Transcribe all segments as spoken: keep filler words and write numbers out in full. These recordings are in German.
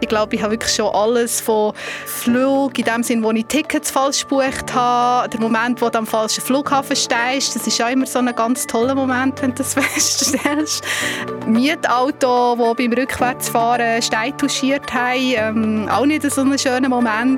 Ich glaube, ich habe wirklich schon alles von Flug, in dem Sinn, wo ich Tickets falsch gebucht habe, der Moment, wo du am falschen Flughafen stehst, das ist auch immer so ein ganz toller Moment, wenn du das feststellst. Mietauto, wo beim Rückwärtsfahren Steine touchiert haben, ähm, auch nicht so ein schöner Moment.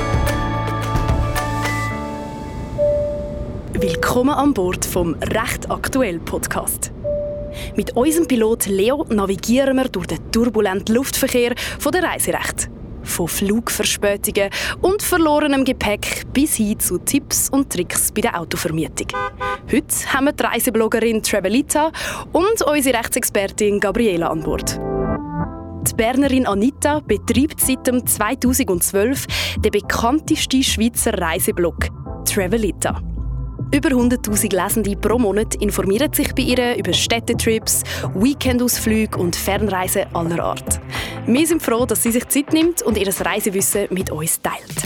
Willkommen an Bord vom «Recht aktuell» Podcast. Mit unserem Pilot Leo navigieren wir durch den turbulenten Luftverkehr von der Reiserecht. Von Flugverspätungen und verlorenem Gepäck bis hin zu Tipps und Tricks bei der Autovermietung. Heute haben wir die Reisebloggerin Travelita und unsere Rechtsexpertin Gabriela an Bord. Die Bernerin Anita betreibt seit zweitausendzwölf den bekanntesten Schweizer Reiseblog Travelita. Über hunderttausend Lesende pro Monat informieren sich bei ihr über Städtetrips, Weekendausflüge und Fernreisen aller Art. Wir sind froh, dass sie sich Zeit nimmt und ihr Reisewissen mit uns teilt.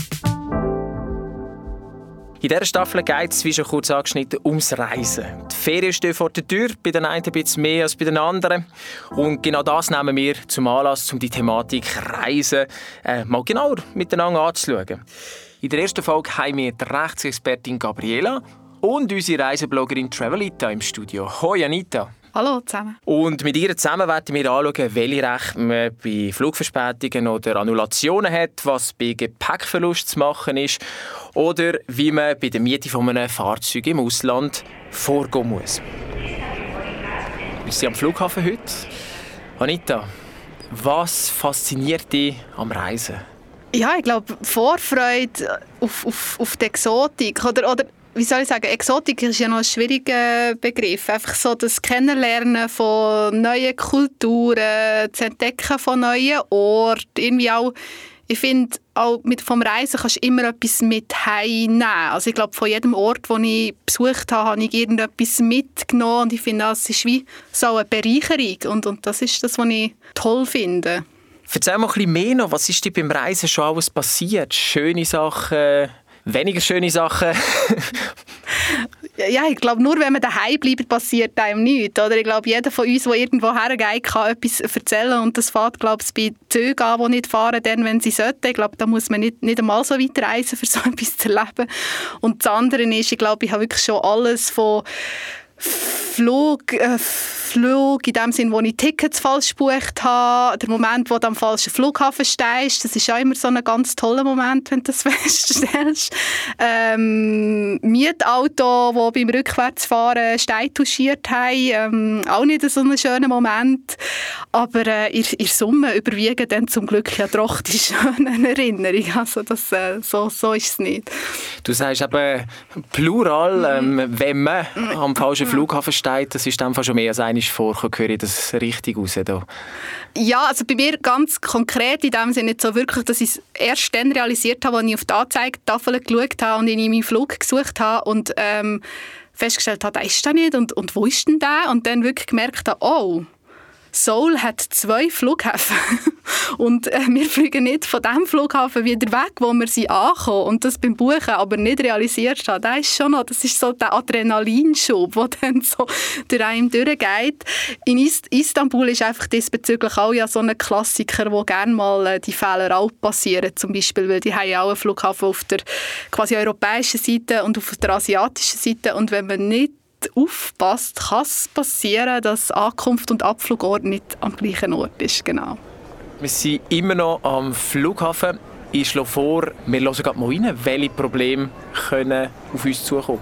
In dieser Staffel geht es, wie schon kurz angeschnitten, ums Reisen. Die Ferien stehen vor der Tür, bei den einen ein bisschen mehr als bei den anderen. Und genau das nehmen wir zum Anlass, um die Thematik Reisen äh, mal genauer miteinander anzuschauen. In der ersten Folge haben wir die Rechtsexpertin Gabriela und unsere Reisebloggerin Travelita im Studio. Hoi Anita. Hallo zusammen. Und mit ihr zusammen werden wir anschauen, welche Rechte man bei Flugverspätungen oder Annulationen hat, was bei Gepäckverlust zu machen ist oder wie man bei der Miete von einem Fahrzeug im Ausland vorgehen muss. Wir sind am Flughafen heute. Anita, was fasziniert dich am Reisen? Ja, ich glaube, Vorfreude auf, auf, auf die Exotik oder, oder wie soll ich sagen, Exotik ist ja noch ein schwieriger Begriff. Einfach so das Kennenlernen von neuen Kulturen, das Entdecken von neuen Orten. Irgendwie auch, ich finde, auch mit vom Reisen kannst du immer etwas mit heimnehmen. Also ich glaube, von jedem Ort, den ich besucht habe, habe ich irgendetwas mitgenommen. Und ich finde, das ist wie so eine Bereicherung. Und, und das ist das, was ich toll finde. Erzähl mal ein bisschen mehr noch. Was ist dir beim Reisen schon alles passiert? Schöne Sachen, weniger schöne Sachen? Ja, ich glaube, nur wenn man daheim bleibt, passiert einem nichts. Oder ich glaube, jeder von uns, der irgendwo hergeht, kann etwas erzählen. Und das fährt, glaube ich, bei Zügen an, die nicht fahren, dann, wenn sie sollten. Ich glaube, da muss man nicht, nicht einmal so weit reisen, für so etwas zu erleben. Und das andere ist, ich glaube, ich habe wirklich schon alles von Flug, äh, Flug in dem Sinn, wo ich Tickets falsch gebucht habe, der Moment, wo du am falschen Flughafen stehst, das ist auch immer so ein ganz toller Moment, wenn du das feststellst. Ähm, Mietauto, wo beim Rückwärtsfahren Steine touchiert haben, ähm, auch nicht so ein schöner Moment, aber äh, in, in Summe überwiegen dann zum Glück ja doch die schönen Erinnerungen, also das, äh, so, so ist es nicht. Du sagst eben Plural, ähm, wenn man am falschen Flughafen steht, das ist dann schon mehr als einmal vorgekommen. Höre ich das richtig raus? Da? Ja, also bei mir ganz konkret in dem Sinne nicht so wirklich, dass ich es erst dann realisiert habe, als ich auf die Anzeigetafel geschaut habe und in meinen Flug gesucht habe und ähm, festgestellt habe, der ist da nicht und, und wo ist denn der? Und dann wirklich gemerkt habe, oh, Seoul hat zwei Flughäfen und äh, wir fliegen nicht von dem Flughafen wieder weg, wo wir sie ankommen und das beim Buchen aber nicht realisiert haben. Das ist schon noch, das ist so der Adrenalinschub, der dann so durch einen durchgeht. In Ist- Istanbul ist einfach diesbezüglich auch ja so ein Klassiker, wo gerne mal äh, die Fehler auch passieren, zum Beispiel, weil die haben ja auch einen Flughafen auf der quasi europäischen Seite und auf der asiatischen Seite und wenn man nicht aufpasst, kann es passieren, dass Ankunft und Abflugort nicht am gleichen Ort ist. Genau. Wir sind immer noch am Flughafen. Ich schlage vor, wir hören gerade mal rein, welche Probleme können auf uns zukommen.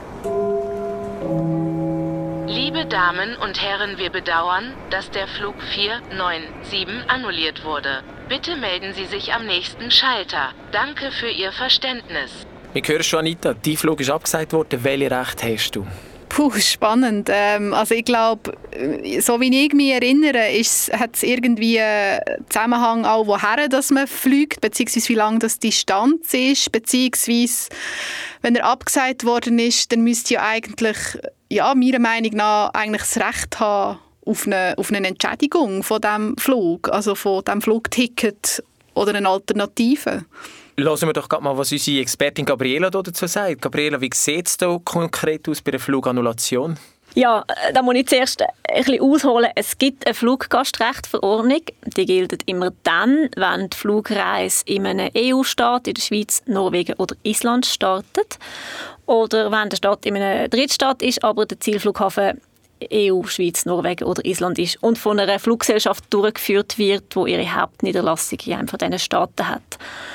Liebe Damen und Herren, wir bedauern, dass der Flug vier neun sieben annulliert wurde. Bitte melden Sie sich am nächsten Schalter. Danke für Ihr Verständnis. Wir hören schon, Anita, dein Flug ist abgesagt worden. Welche Rechte hast du? Puh, spannend. Ähm, also ich glaube, so wie ich mich erinnere, hat es irgendwie einen Zusammenhang auch, woher dass man fliegt, beziehungsweise wie lang das die Distanz ist, beziehungsweise wenn er abgesagt worden ist, dann müsste ja eigentlich, ja, meiner Meinung nach, eigentlich das Recht haben auf eine, auf eine Entschädigung von diesem Flug, also von diesem Flugticket oder eine Alternative. Hören wir doch gerade mal, was unsere Expertin Gabriela dazu sagt. Gabriela, wie sieht es da konkret aus bei der Flugannulation? Ja, da muss ich zuerst ein bisschen ausholen. Es gibt eine Fluggastrechtverordnung. Die gilt immer dann, wenn die Flugreise in einem E U-Staat, in der Schweiz, Norwegen oder Island startet. Oder wenn der Staat in einem Drittstaat ist, aber der Zielflughafen E U, Schweiz, Norwegen oder Island ist und von einer Fluggesellschaft durchgeführt wird, die ihre Hauptniederlassung in einem von diesen Staaten hat.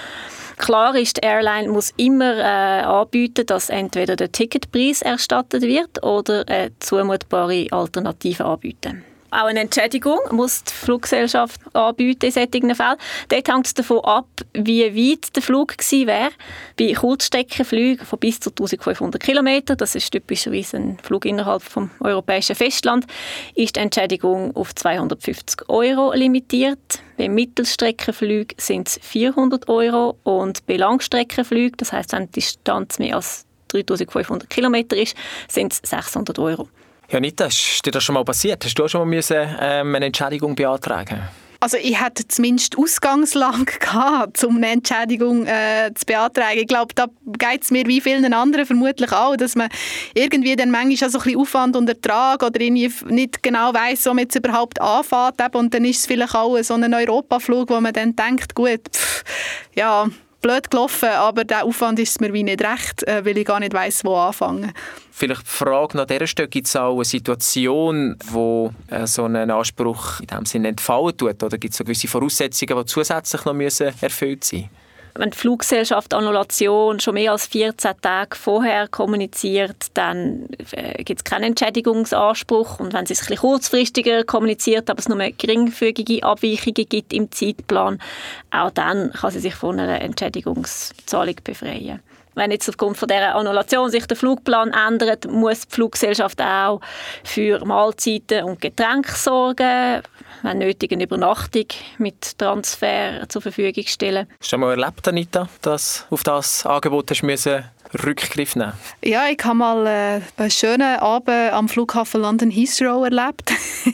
Klar ist, die Airline muss immer äh, anbieten, dass entweder der Ticketpreis erstattet wird oder eine zumutbare Alternative anbieten. Auch eine Entschädigung muss die Fluggesellschaft anbieten in solchen Fällen. Dort hängt es davon ab, wie weit der Flug gewesen wäre. Bei Kurzstreckenflügen von bis zu eintausendfünfhundert Kilometern, das ist typischerweise ein Flug innerhalb des europäischen Festlands, ist die Entschädigung auf zweihundertfünfzig Euro limitiert. Bei Mittelstreckenflügen sind es vierhundert Euro und bei Langstreckenflügen, das heisst, wenn die Distanz mehr als dreitausendfünfhundert Kilometer ist, sind es sechshundert Euro. Ja, Anita, ist dir das schon mal passiert? Hast du auch schon mal müssen, ähm, eine Entschädigung beantragen? Also ich hatte zumindest Ausgangslage gehabt, um eine Entschädigung äh, zu beantragen. Ich glaube, da geht es mir wie vielen anderen vermutlich auch, dass man irgendwie dann manchmal so ein bisschen Aufwand und Ertrag oder irgendwie nicht genau weiss, wo man jetzt überhaupt anfängt. Und dann ist es vielleicht auch so ein Europaflug, wo man dann denkt, gut, pff, ja, blöd gelaufen, aber der Aufwand ist mir wie nicht recht, weil ich gar nicht weiss, wo anfangen. Vielleicht die Frage nach dieser Stelle, gibt es auch eine Situation, wo äh, so ein Anspruch in diesem Sinne entfallen tut? Oder gibt es so gewisse Voraussetzungen, die zusätzlich noch müssen erfüllt sein müssen? Wenn die Fluggesellschaft Annulation schon mehr als vierzehn Tage vorher kommuniziert, dann äh, gibt es keinen Entschädigungsanspruch. Und wenn sie es ein bisschen kurzfristiger kommuniziert, aber es nur geringfügige Abweichungen gibt im Zeitplan, auch dann kann sie sich von einer Entschädigungszahlung befreien. Wenn jetzt aufgrund von dieser Annulation sich der Flugplan ändert, muss die Fluggesellschaft auch für Mahlzeiten und Getränke sorgen, wenn nötig eine Übernachtung mit Transfer zur Verfügung stellen. Hast du schon mal erlebt, Anita, dass auf das Angebot hast müssen Rückgriff nehmen? Ja, ich habe mal äh, einen schönen Abend am Flughafen London Heathrow erlebt,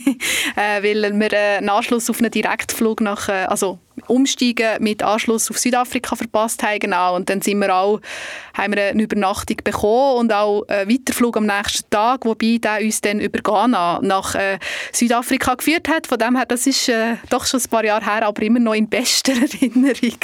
äh, weil wir äh, einen Anschluss auf einen Direktflug nach, äh, also Umsteigen mit Anschluss auf Südafrika verpasst haben. Genau. Und dann sind wir auch, haben wir eine Übernachtung bekommen und auch einen Weiterflug am nächsten Tag, wobei der uns dann über Ghana nach äh, Südafrika geführt hat. Von dem her, das ist äh, doch schon ein paar Jahre her, aber immer noch in bester Erinnerung.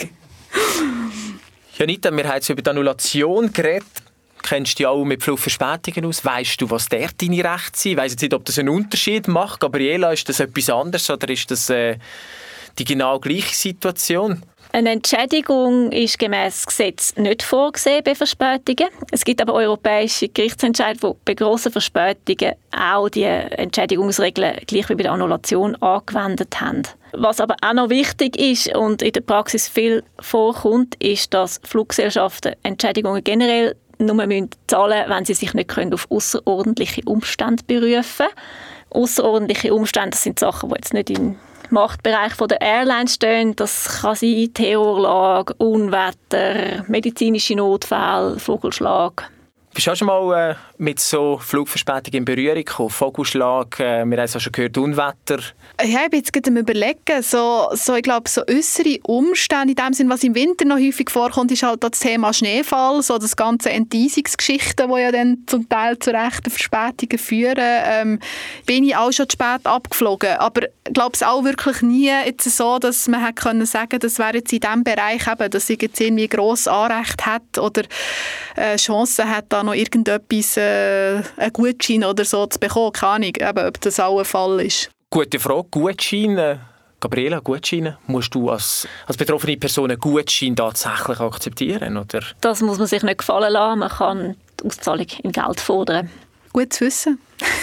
Janita, wir haben jetzt über die Annulation geredet. Kennst du dich auch mit Flugverspätungen aus? Weißt du, was dort deine Rechte sind? Ich weiss jetzt nicht, ob das einen Unterschied macht. Gabriela, ist das etwas anderes oder ist das äh, die genau gleiche Situation? Eine Entschädigung ist gemäss Gesetz nicht vorgesehen bei Verspätungen. Es gibt aber europäische Gerichtsentscheide, die bei grossen Verspätungen auch die Entschädigungsregeln gleich wie bei der Annulation angewendet haben. Was aber auch noch wichtig ist und in der Praxis viel vorkommt, ist, dass Fluggesellschaften Entschädigungen generell nur zahlen müssen, wenn sie sich nicht auf ausserordentliche Umstände berufen können. Außerordentliche Umstände sind Sachen, die jetzt nicht im Machtbereich der Airlines stehen. Das kann sein Terrorlage, Unwetter, medizinische Notfälle, Vogelschlag. Bist du auch schon mal äh, mit so Flugverspätungen in Berührung gekommen? Vogelschlag, äh, wir haben es auch schon gehört, Unwetter. Ja, ich bin jetzt gerade am Überlegen. So, so, ich glaube, so äußere Umstände, in dem Sinn, was im Winter noch häufig vorkommt, ist halt das Thema Schneefall, so das ganze Enteisungsgeschichten, die ja dann zum Teil zu rechten Verspätungen führen. Ähm, bin ich auch schon zu spät abgeflogen. Aber ich glaube es auch wirklich nie jetzt so, dass man hätte können sagen, das wäre jetzt in diesem Bereich eben, dass ich jetzt irgendwie gross Anrecht hat oder äh, Chancen hat, da noch irgendetwas, äh, einen Gutschein oder so zu bekommen. Keine Ahnung, eben, ob das auch ein Fall ist. Gute Frage. Gutschein, Gabriela, Gutscheine, musst du als, als betroffene Person einen Gutschein tatsächlich akzeptieren? Oder? Das muss man sich nicht gefallen lassen. Man kann die Auszahlung in Geld fordern. Gut zu wissen.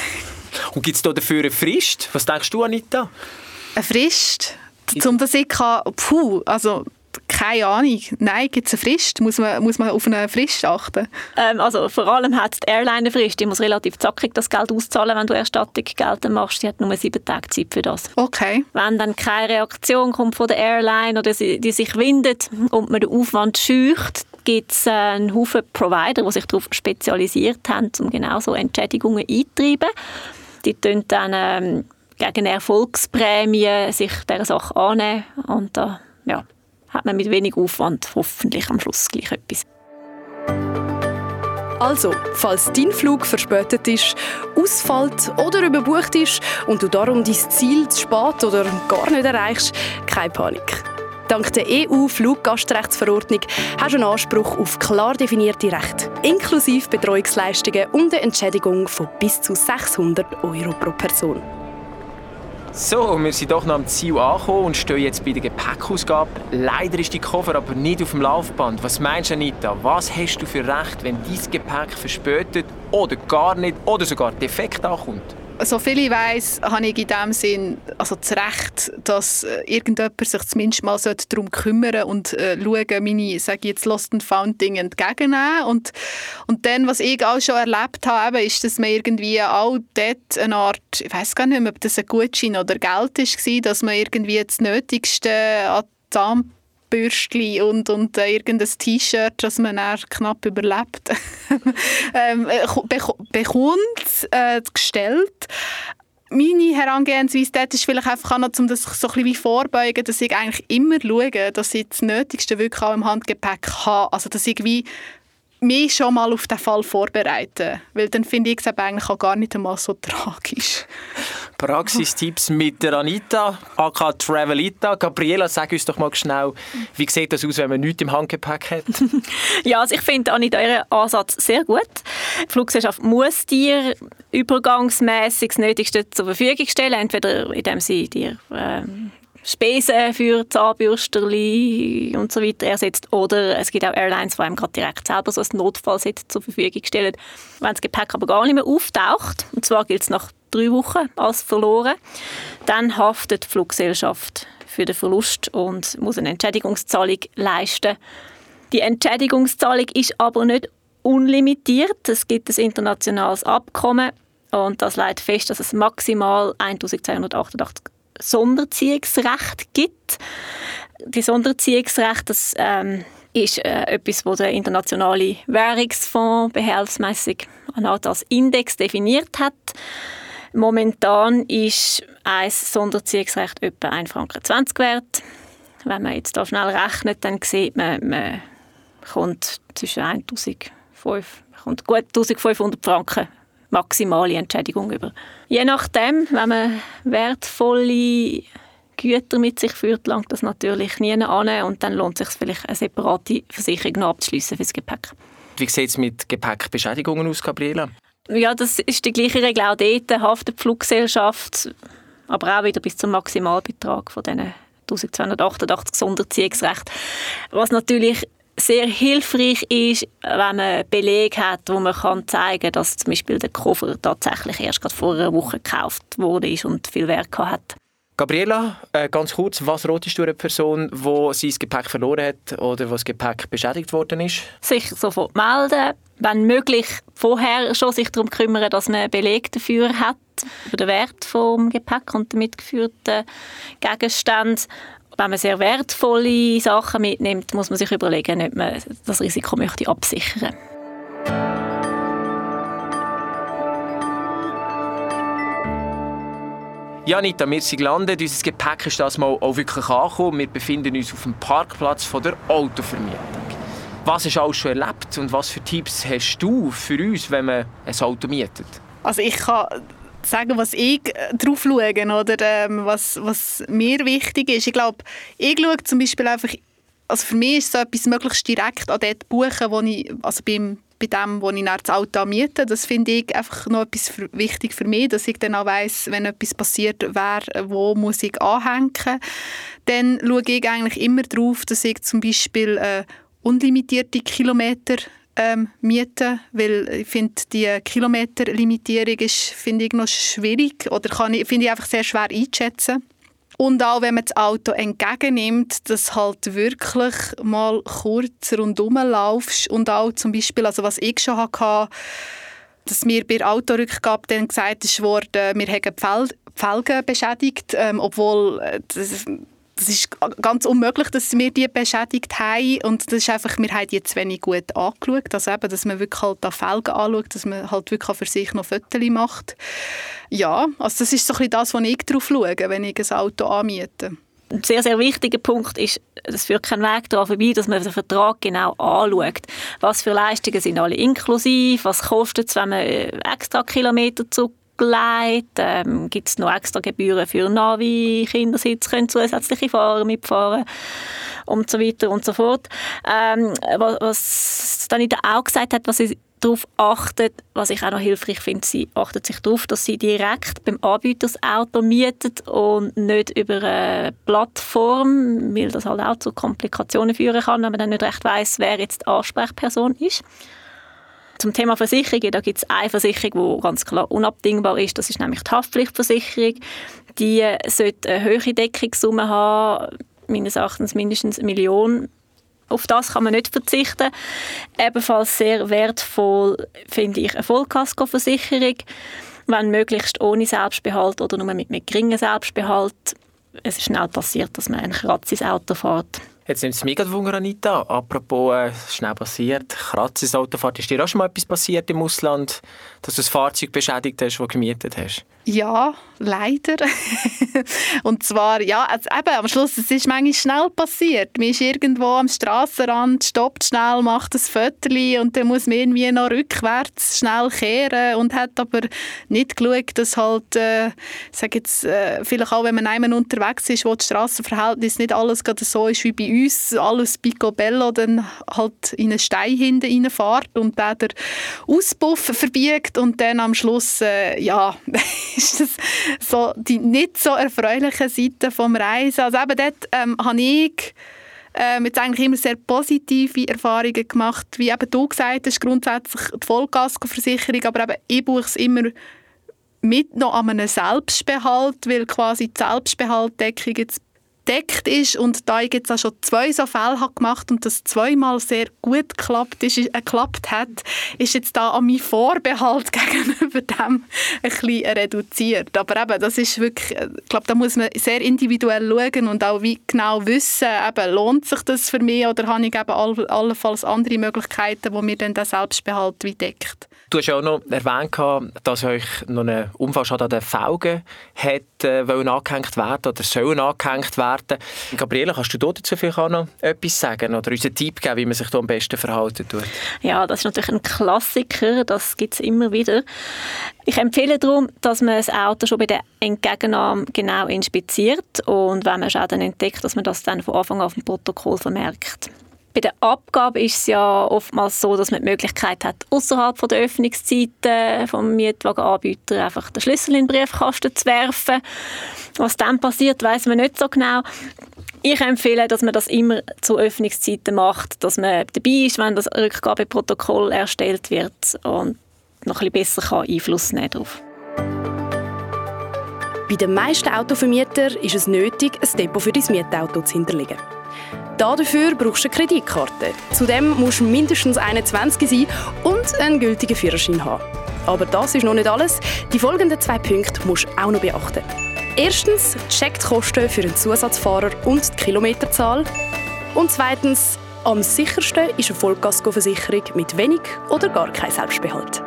Und gibt es da dafür eine Frist? Was denkst du, Anita? Eine Frist? Um das ich kann, puh, also keine Ahnung. Nein, gibt es eine Frist? Muss man, muss man auf eine Frist achten? Ähm, also vor allem hat die Airline eine Frist. Die muss relativ zackig das Geld auszahlen, wenn du Erstattung geltend machst. Die hat nur sieben Tage Zeit für das. Okay. Wenn dann keine Reaktion kommt von der Airline oder sie, die sich windet und man den Aufwand scheucht, gibt es einen Haufen Provider, die sich darauf spezialisiert haben, um genau so Entschädigungen einzutreiben. Die tun dann ähm, gegen eine Erfolgsprämie sich dieser Sache annehmen. Und da ja, hat man mit wenig Aufwand hoffentlich am Schluss gleich etwas. Also, falls dein Flug verspätet ist, ausfällt oder überbucht ist und du darum dein Ziel zu spät oder gar nicht erreichst, keine Panik. Dank der E U-Fluggastrechtsverordnung hast du einen Anspruch auf klar definierte Rechte, inklusive Betreuungsleistungen und eine Entschädigung von bis zu sechshundert Euro pro Person. So, wir sind doch noch am Ziel angekommen und stehen jetzt bei der Gepäckausgabe. Leider ist die Koffer aber nicht auf dem Laufband. Was meinst du, Anita? Was hast du für Recht, wenn dein Gepäck verspätet oder gar nicht oder sogar defekt ankommt? So viel ich weiss, habe ich in dem Sinn also das Recht, dass irgendjemand sich zumindest mal darum kümmern und äh, schauen, meine, sage ich jetzt, Lost and Found Dinge entgegennehmen. Und, und dann, was ich auch schon erlebt habe, ist, dass man irgendwie auch dort eine Art, ich weiss gar nicht mehr, ob das ein Gutschein oder Geld war, dass man irgendwie das Nötigste an Zahnpasta Bürstchen und, und äh, irgendein T-Shirt, das man dann knapp überlebt, ähm, bek- bekommt, äh, gestellt. Meine Herangehensweise dort ist vielleicht einfach auch noch, um das so ein bisschen wie vorbeugen, dass ich eigentlich immer schaue, dass ich das Nötigste wirklich auch im Handgepäck habe. Also dass ich wie mich schon mal auf den Fall vorbereite. Weil dann finde ich es eigentlich auch gar nicht einmal so tragisch. Praxistipps mit der Anita, aka Travelita. Gabriela, sag uns doch mal schnell, wie sieht das aus, wenn man nichts im Handgepäck hat? Ja, also ich finde Anita ihren Ansatz sehr gut. Die Fluggesellschaft muss dir übergangsmässig das Nötigste zur Verfügung stellen, entweder indem sie dir ähm, Spesen für Zahnbürsterli und so weiter ersetzt. Oder es gibt auch Airlines, die einem gerade direkt selber so ein Notfallset zur Verfügung stellen. Wenn das Gepäck aber gar nicht mehr auftaucht, und zwar gilt es nach drei Wochen als verloren, dann haftet die Fluggesellschaft für den Verlust und muss eine Entschädigungszahlung leisten. Die Entschädigungszahlung ist aber nicht unlimitiert. Es gibt ein internationales Abkommen und das legt fest, dass es maximal eintausendzweihundertachtundachtzig Sonderziehungsrecht gibt. Die Sonderziehungsrecht, das ähm, ist äh, etwas, das der Internationale Währungsfonds behelfsmässig als Index definiert hat. Momentan ist ein Sonderziehungsrecht etwa ein Franken zwanzig wert. Wenn man jetzt da schnell rechnet, dann sieht man, man kommt zwischen eintausendfünfhundert, kommt gut eintausendfünfhundert Franken maximale Entschädigung über. Je nachdem, wenn man wertvolle Güter mit sich führt, langt das natürlich nie an und dann lohnt es sich vielleicht eine separate Versicherung noch abzuschliessen für das Gepäck. Wie sieht es mit Gepäckbeschädigungen aus, Gabriela? Ja, das ist die gleiche Regel auch dort, haftet die Fluggesellschaft, aber auch wieder bis zum Maximalbetrag von diesen eintausendzweihundertachtundachtzig Sonderziehungsrecht. Was natürlich sehr hilfreich ist, wenn man Belege hat, wo man kann zeigen kann, dass zum Beispiel der Koffer tatsächlich erst gerade vor einer Woche gekauft wurde und viel Wert hat. Gabriela, äh, ganz kurz, was ratest du einer Person, die sein Gepäck verloren hat oder wo das Gepäck beschädigt worden ist? Sich sofort melden, wenn möglich vorher schon sich darum kümmern, dass man einen Beleg dafür hat, über den Wert des Gepäcks und der mitgeführten Gegenstände. Wenn man sehr wertvolle Sachen mitnimmt, muss man sich überlegen, ob man das Risiko möchte absichern möchte. Ja, Anita, wir sind gelandet. Unser Gepäck ist das mal auch wirklich angekommen. Wir befinden uns auf dem Parkplatz von der Autovermietung. Was hast du alles schon erlebt und was für Tipps hast du für uns, wenn man ein Auto mietet? Also ich kann sagen, was ich drauf schaue oder ähm, was, was mir wichtig ist. Ich glaube, ich schaue zum Beispiel einfach, also für mich ist so etwas möglichst direkt an dort buchen, wo ich, also beim, bei dem, wo ich das Auto miete. Das finde ich einfach noch etwas für, wichtig für mich, dass ich dann auch weiss, wenn etwas passiert, wer, wo muss ich anhängen. Dann schaue ich eigentlich immer darauf, dass ich zum Beispiel äh, unlimitierte Kilometer Ähm, mieten, weil ich finde, die Kilometerlimitierung ist, finde ich, noch schwierig oder kann ich, finde ich einfach sehr schwer einzuschätzen. Und auch, wenn man das Auto entgegennimmt, dass halt wirklich mal kurz rundherum laufst und auch zum Beispiel, also was ich schon hatte, dass mir bei der Autorückgabe dann gesagt wurde, wir haben die Felgen beschädigt, ähm, obwohl das, Das ist ganz unmöglich, dass wir die beschädigt haben. Und das ist einfach, wir haben die zu wenig gut angeschaut. Also eben, dass man wirklich halt die Felgen anschaut, dass man halt wirklich für sich noch Fotos macht. Ja, also das ist so ein bisschen das, was ich drauf schaue, wenn ich ein Auto anmiete. Ein sehr, sehr wichtiger Punkt ist, es führt kein Weg daran vorbei, dass man den Vertrag genau anschaut. Was für Leistungen sind alle inklusiv, was kostet es, wenn man extra Kilometer zurücklegt, ähm, gibt es noch extra Gebühren für Navi, Kindersitz, können zusätzliche Fahrer mitfahren und so weiter und so fort. Ähm, was, was Danita auch gesagt hat, was sie darauf achtet, was ich auch noch hilfreich finde, sie achtet sich darauf, dass sie direkt beim Anbieter das Auto mietet und nicht über eine Plattform, weil das halt auch zu Komplikationen führen kann, wenn man dann nicht recht weiss, wer jetzt die Ansprechperson ist. Zum Thema Versicherungen, da gibt es eine Versicherung, die ganz klar unabdingbar ist, das ist nämlich die Haftpflichtversicherung. Die sollte eine hohe Deckungssumme haben, meines Erachtens mindestens eine Million. Auf das kann man nicht verzichten. Ebenfalls sehr wertvoll finde ich eine Vollkaskoversicherung, wenn möglichst ohne Selbstbehalt oder nur mit einem geringen Selbstbehalt. Es ist schnell passiert, dass man einen Kratz ins Auto fährt. Jetzt nimmt es mich gerade Wunder, Anita. Apropos äh, schnell passiert, Kratz ins Auto fährt. Ist dir auch schon mal etwas passiert im Ausland, dass du das Fahrzeug beschädigt hast, das du gemietet hast? Ja, leider. Und zwar, ja, also eben, am Schluss, es ist manchmal schnell passiert. Man ist irgendwo am Strassenrand, stoppt schnell, macht ein Fötterchen und dann muss man irgendwie noch rückwärts schnell kehren und hat aber nicht geschaut, dass halt, äh, ich sage jetzt, äh, vielleicht auch, wenn man einmal unterwegs ist, wo das Strassenverhältnis nicht alles gerade so ist wie bei uns, alles picobello, dann halt in einen Stein hinten reinfährt und dann der Auspuff verbiegt und dann am Schluss, äh, ja, ist das so die nicht so erfreuliche Seite vom Reisen. Also eben dort ähm, habe ich ähm, jetzt eigentlich immer sehr positive Erfahrungen gemacht. Wie eben du gesagt hast, grundsätzlich die Vollkaskoversicherung, aber eben ich buche es immer mit noch an einem Selbstbehalt, weil quasi die Selbstbehaltdeckung jetzt deckt ist und da ich jetzt auch schon zwei so Fälle habe gemacht und das zweimal sehr gut geklappt, ist, äh, geklappt hat, ist jetzt da an meinen Vorbehalt gegenüber dem ein bisschen reduziert. Aber eben, das ist wirklich, ich glaube, da muss man sehr individuell schauen und auch wie genau wissen, eben, lohnt sich das für mich oder habe ich eben all, allenfalls andere Möglichkeiten, wo mir dann der Selbstbehalt wie deckt. Du hast ja auch noch erwähnt, dass euch noch ein Unfallschaden an den Felgen hat, äh, angehängt werden oder sollen angehängt werden. Gabriele, kannst du dazu vielleicht auch noch etwas sagen oder uns einen Tipp geben, wie man sich da am besten verhalten tut? Ja, das ist natürlich ein Klassiker, das gibt es immer wieder. Ich empfehle darum, dass man das Auto schon bei der Entgegennahme genau inspiziert und wenn man Schäden entdeckt, dass man das dann von Anfang an auf dem Protokoll vermerkt. Bei der Abgabe ist es ja oftmals so, dass man die Möglichkeit hat, außerhalb der Öffnungszeiten vom Mietwagenanbieter einfach den Schlüssel in den Briefkasten zu werfen. Was dann passiert, weiss man nicht so genau. Ich empfehle, dass man das immer zu Öffnungszeiten macht, dass man dabei ist, wenn das Rückgabeprotokoll erstellt wird und noch ein bisschen besser Einfluss nehmen darauf. Bei den meisten Autovermietern ist es nötig, ein Depot für dein Mietauto zu hinterlegen. Dafür brauchst du eine Kreditkarte. Zudem musst du mindestens einundzwanzig sein und einen gültigen Führerschein haben. Aber das ist noch nicht alles. Die folgenden zwei Punkte musst du auch noch beachten. Erstens, check die Kosten für einen Zusatzfahrer und die Kilometerzahl. Und zweitens, am sichersten ist eine Vollkaskoversicherung mit wenig oder gar kein Selbstbehalt.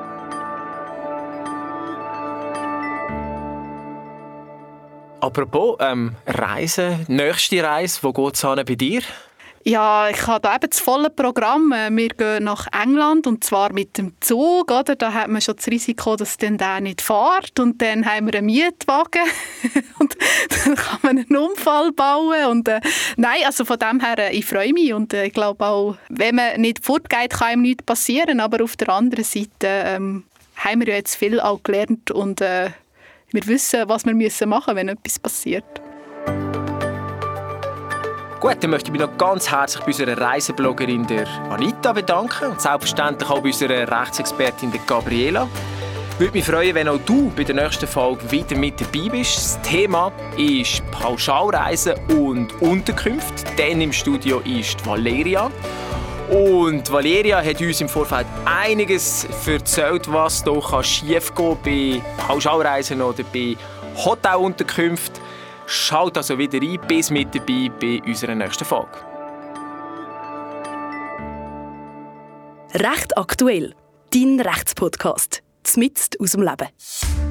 Apropos ähm, Reisen, nächste Reise, wo geht es bei dir? Ja, ich habe da eben das volle Programm. Wir gehen nach England und zwar mit dem Zug. Oder? Da hat man schon das Risiko, dass dann der nicht fährt. Und dann haben wir einen Mietwagen und dann kann man einen Unfall bauen. Und, äh, nein, also von dem her, äh, ich freue mich. Und äh, ich glaube auch, wenn man nicht fortgeht, kann einem nichts passieren. Aber auf der anderen Seite ähm, haben wir ja jetzt viel auch gelernt und äh, wir wissen, was wir machen müssen, wenn etwas passiert. Gut, dann möchte ich mich noch ganz herzlich bei unserer Reisebloggerin der Anita bedanken und selbstverständlich auch bei unserer Rechtsexpertin der Gabriela. Ich würde mich freuen, wenn auch du bei der nächsten Folge wieder mit dabei bist. Das Thema ist Pauschalreisen und Unterkünfte. Dann im Studio ist Valeria. Und Valeria hat uns im Vorfeld einiges erzählt, was hier schiefgehen kann bei Pauschalreisen oder bei Hotelunterkünften. Schaut also wieder rein, bis mit dabei bei unserer nächsten Folge. Recht aktuell, dein Rechtspodcast, zmitzt aus dem Leben.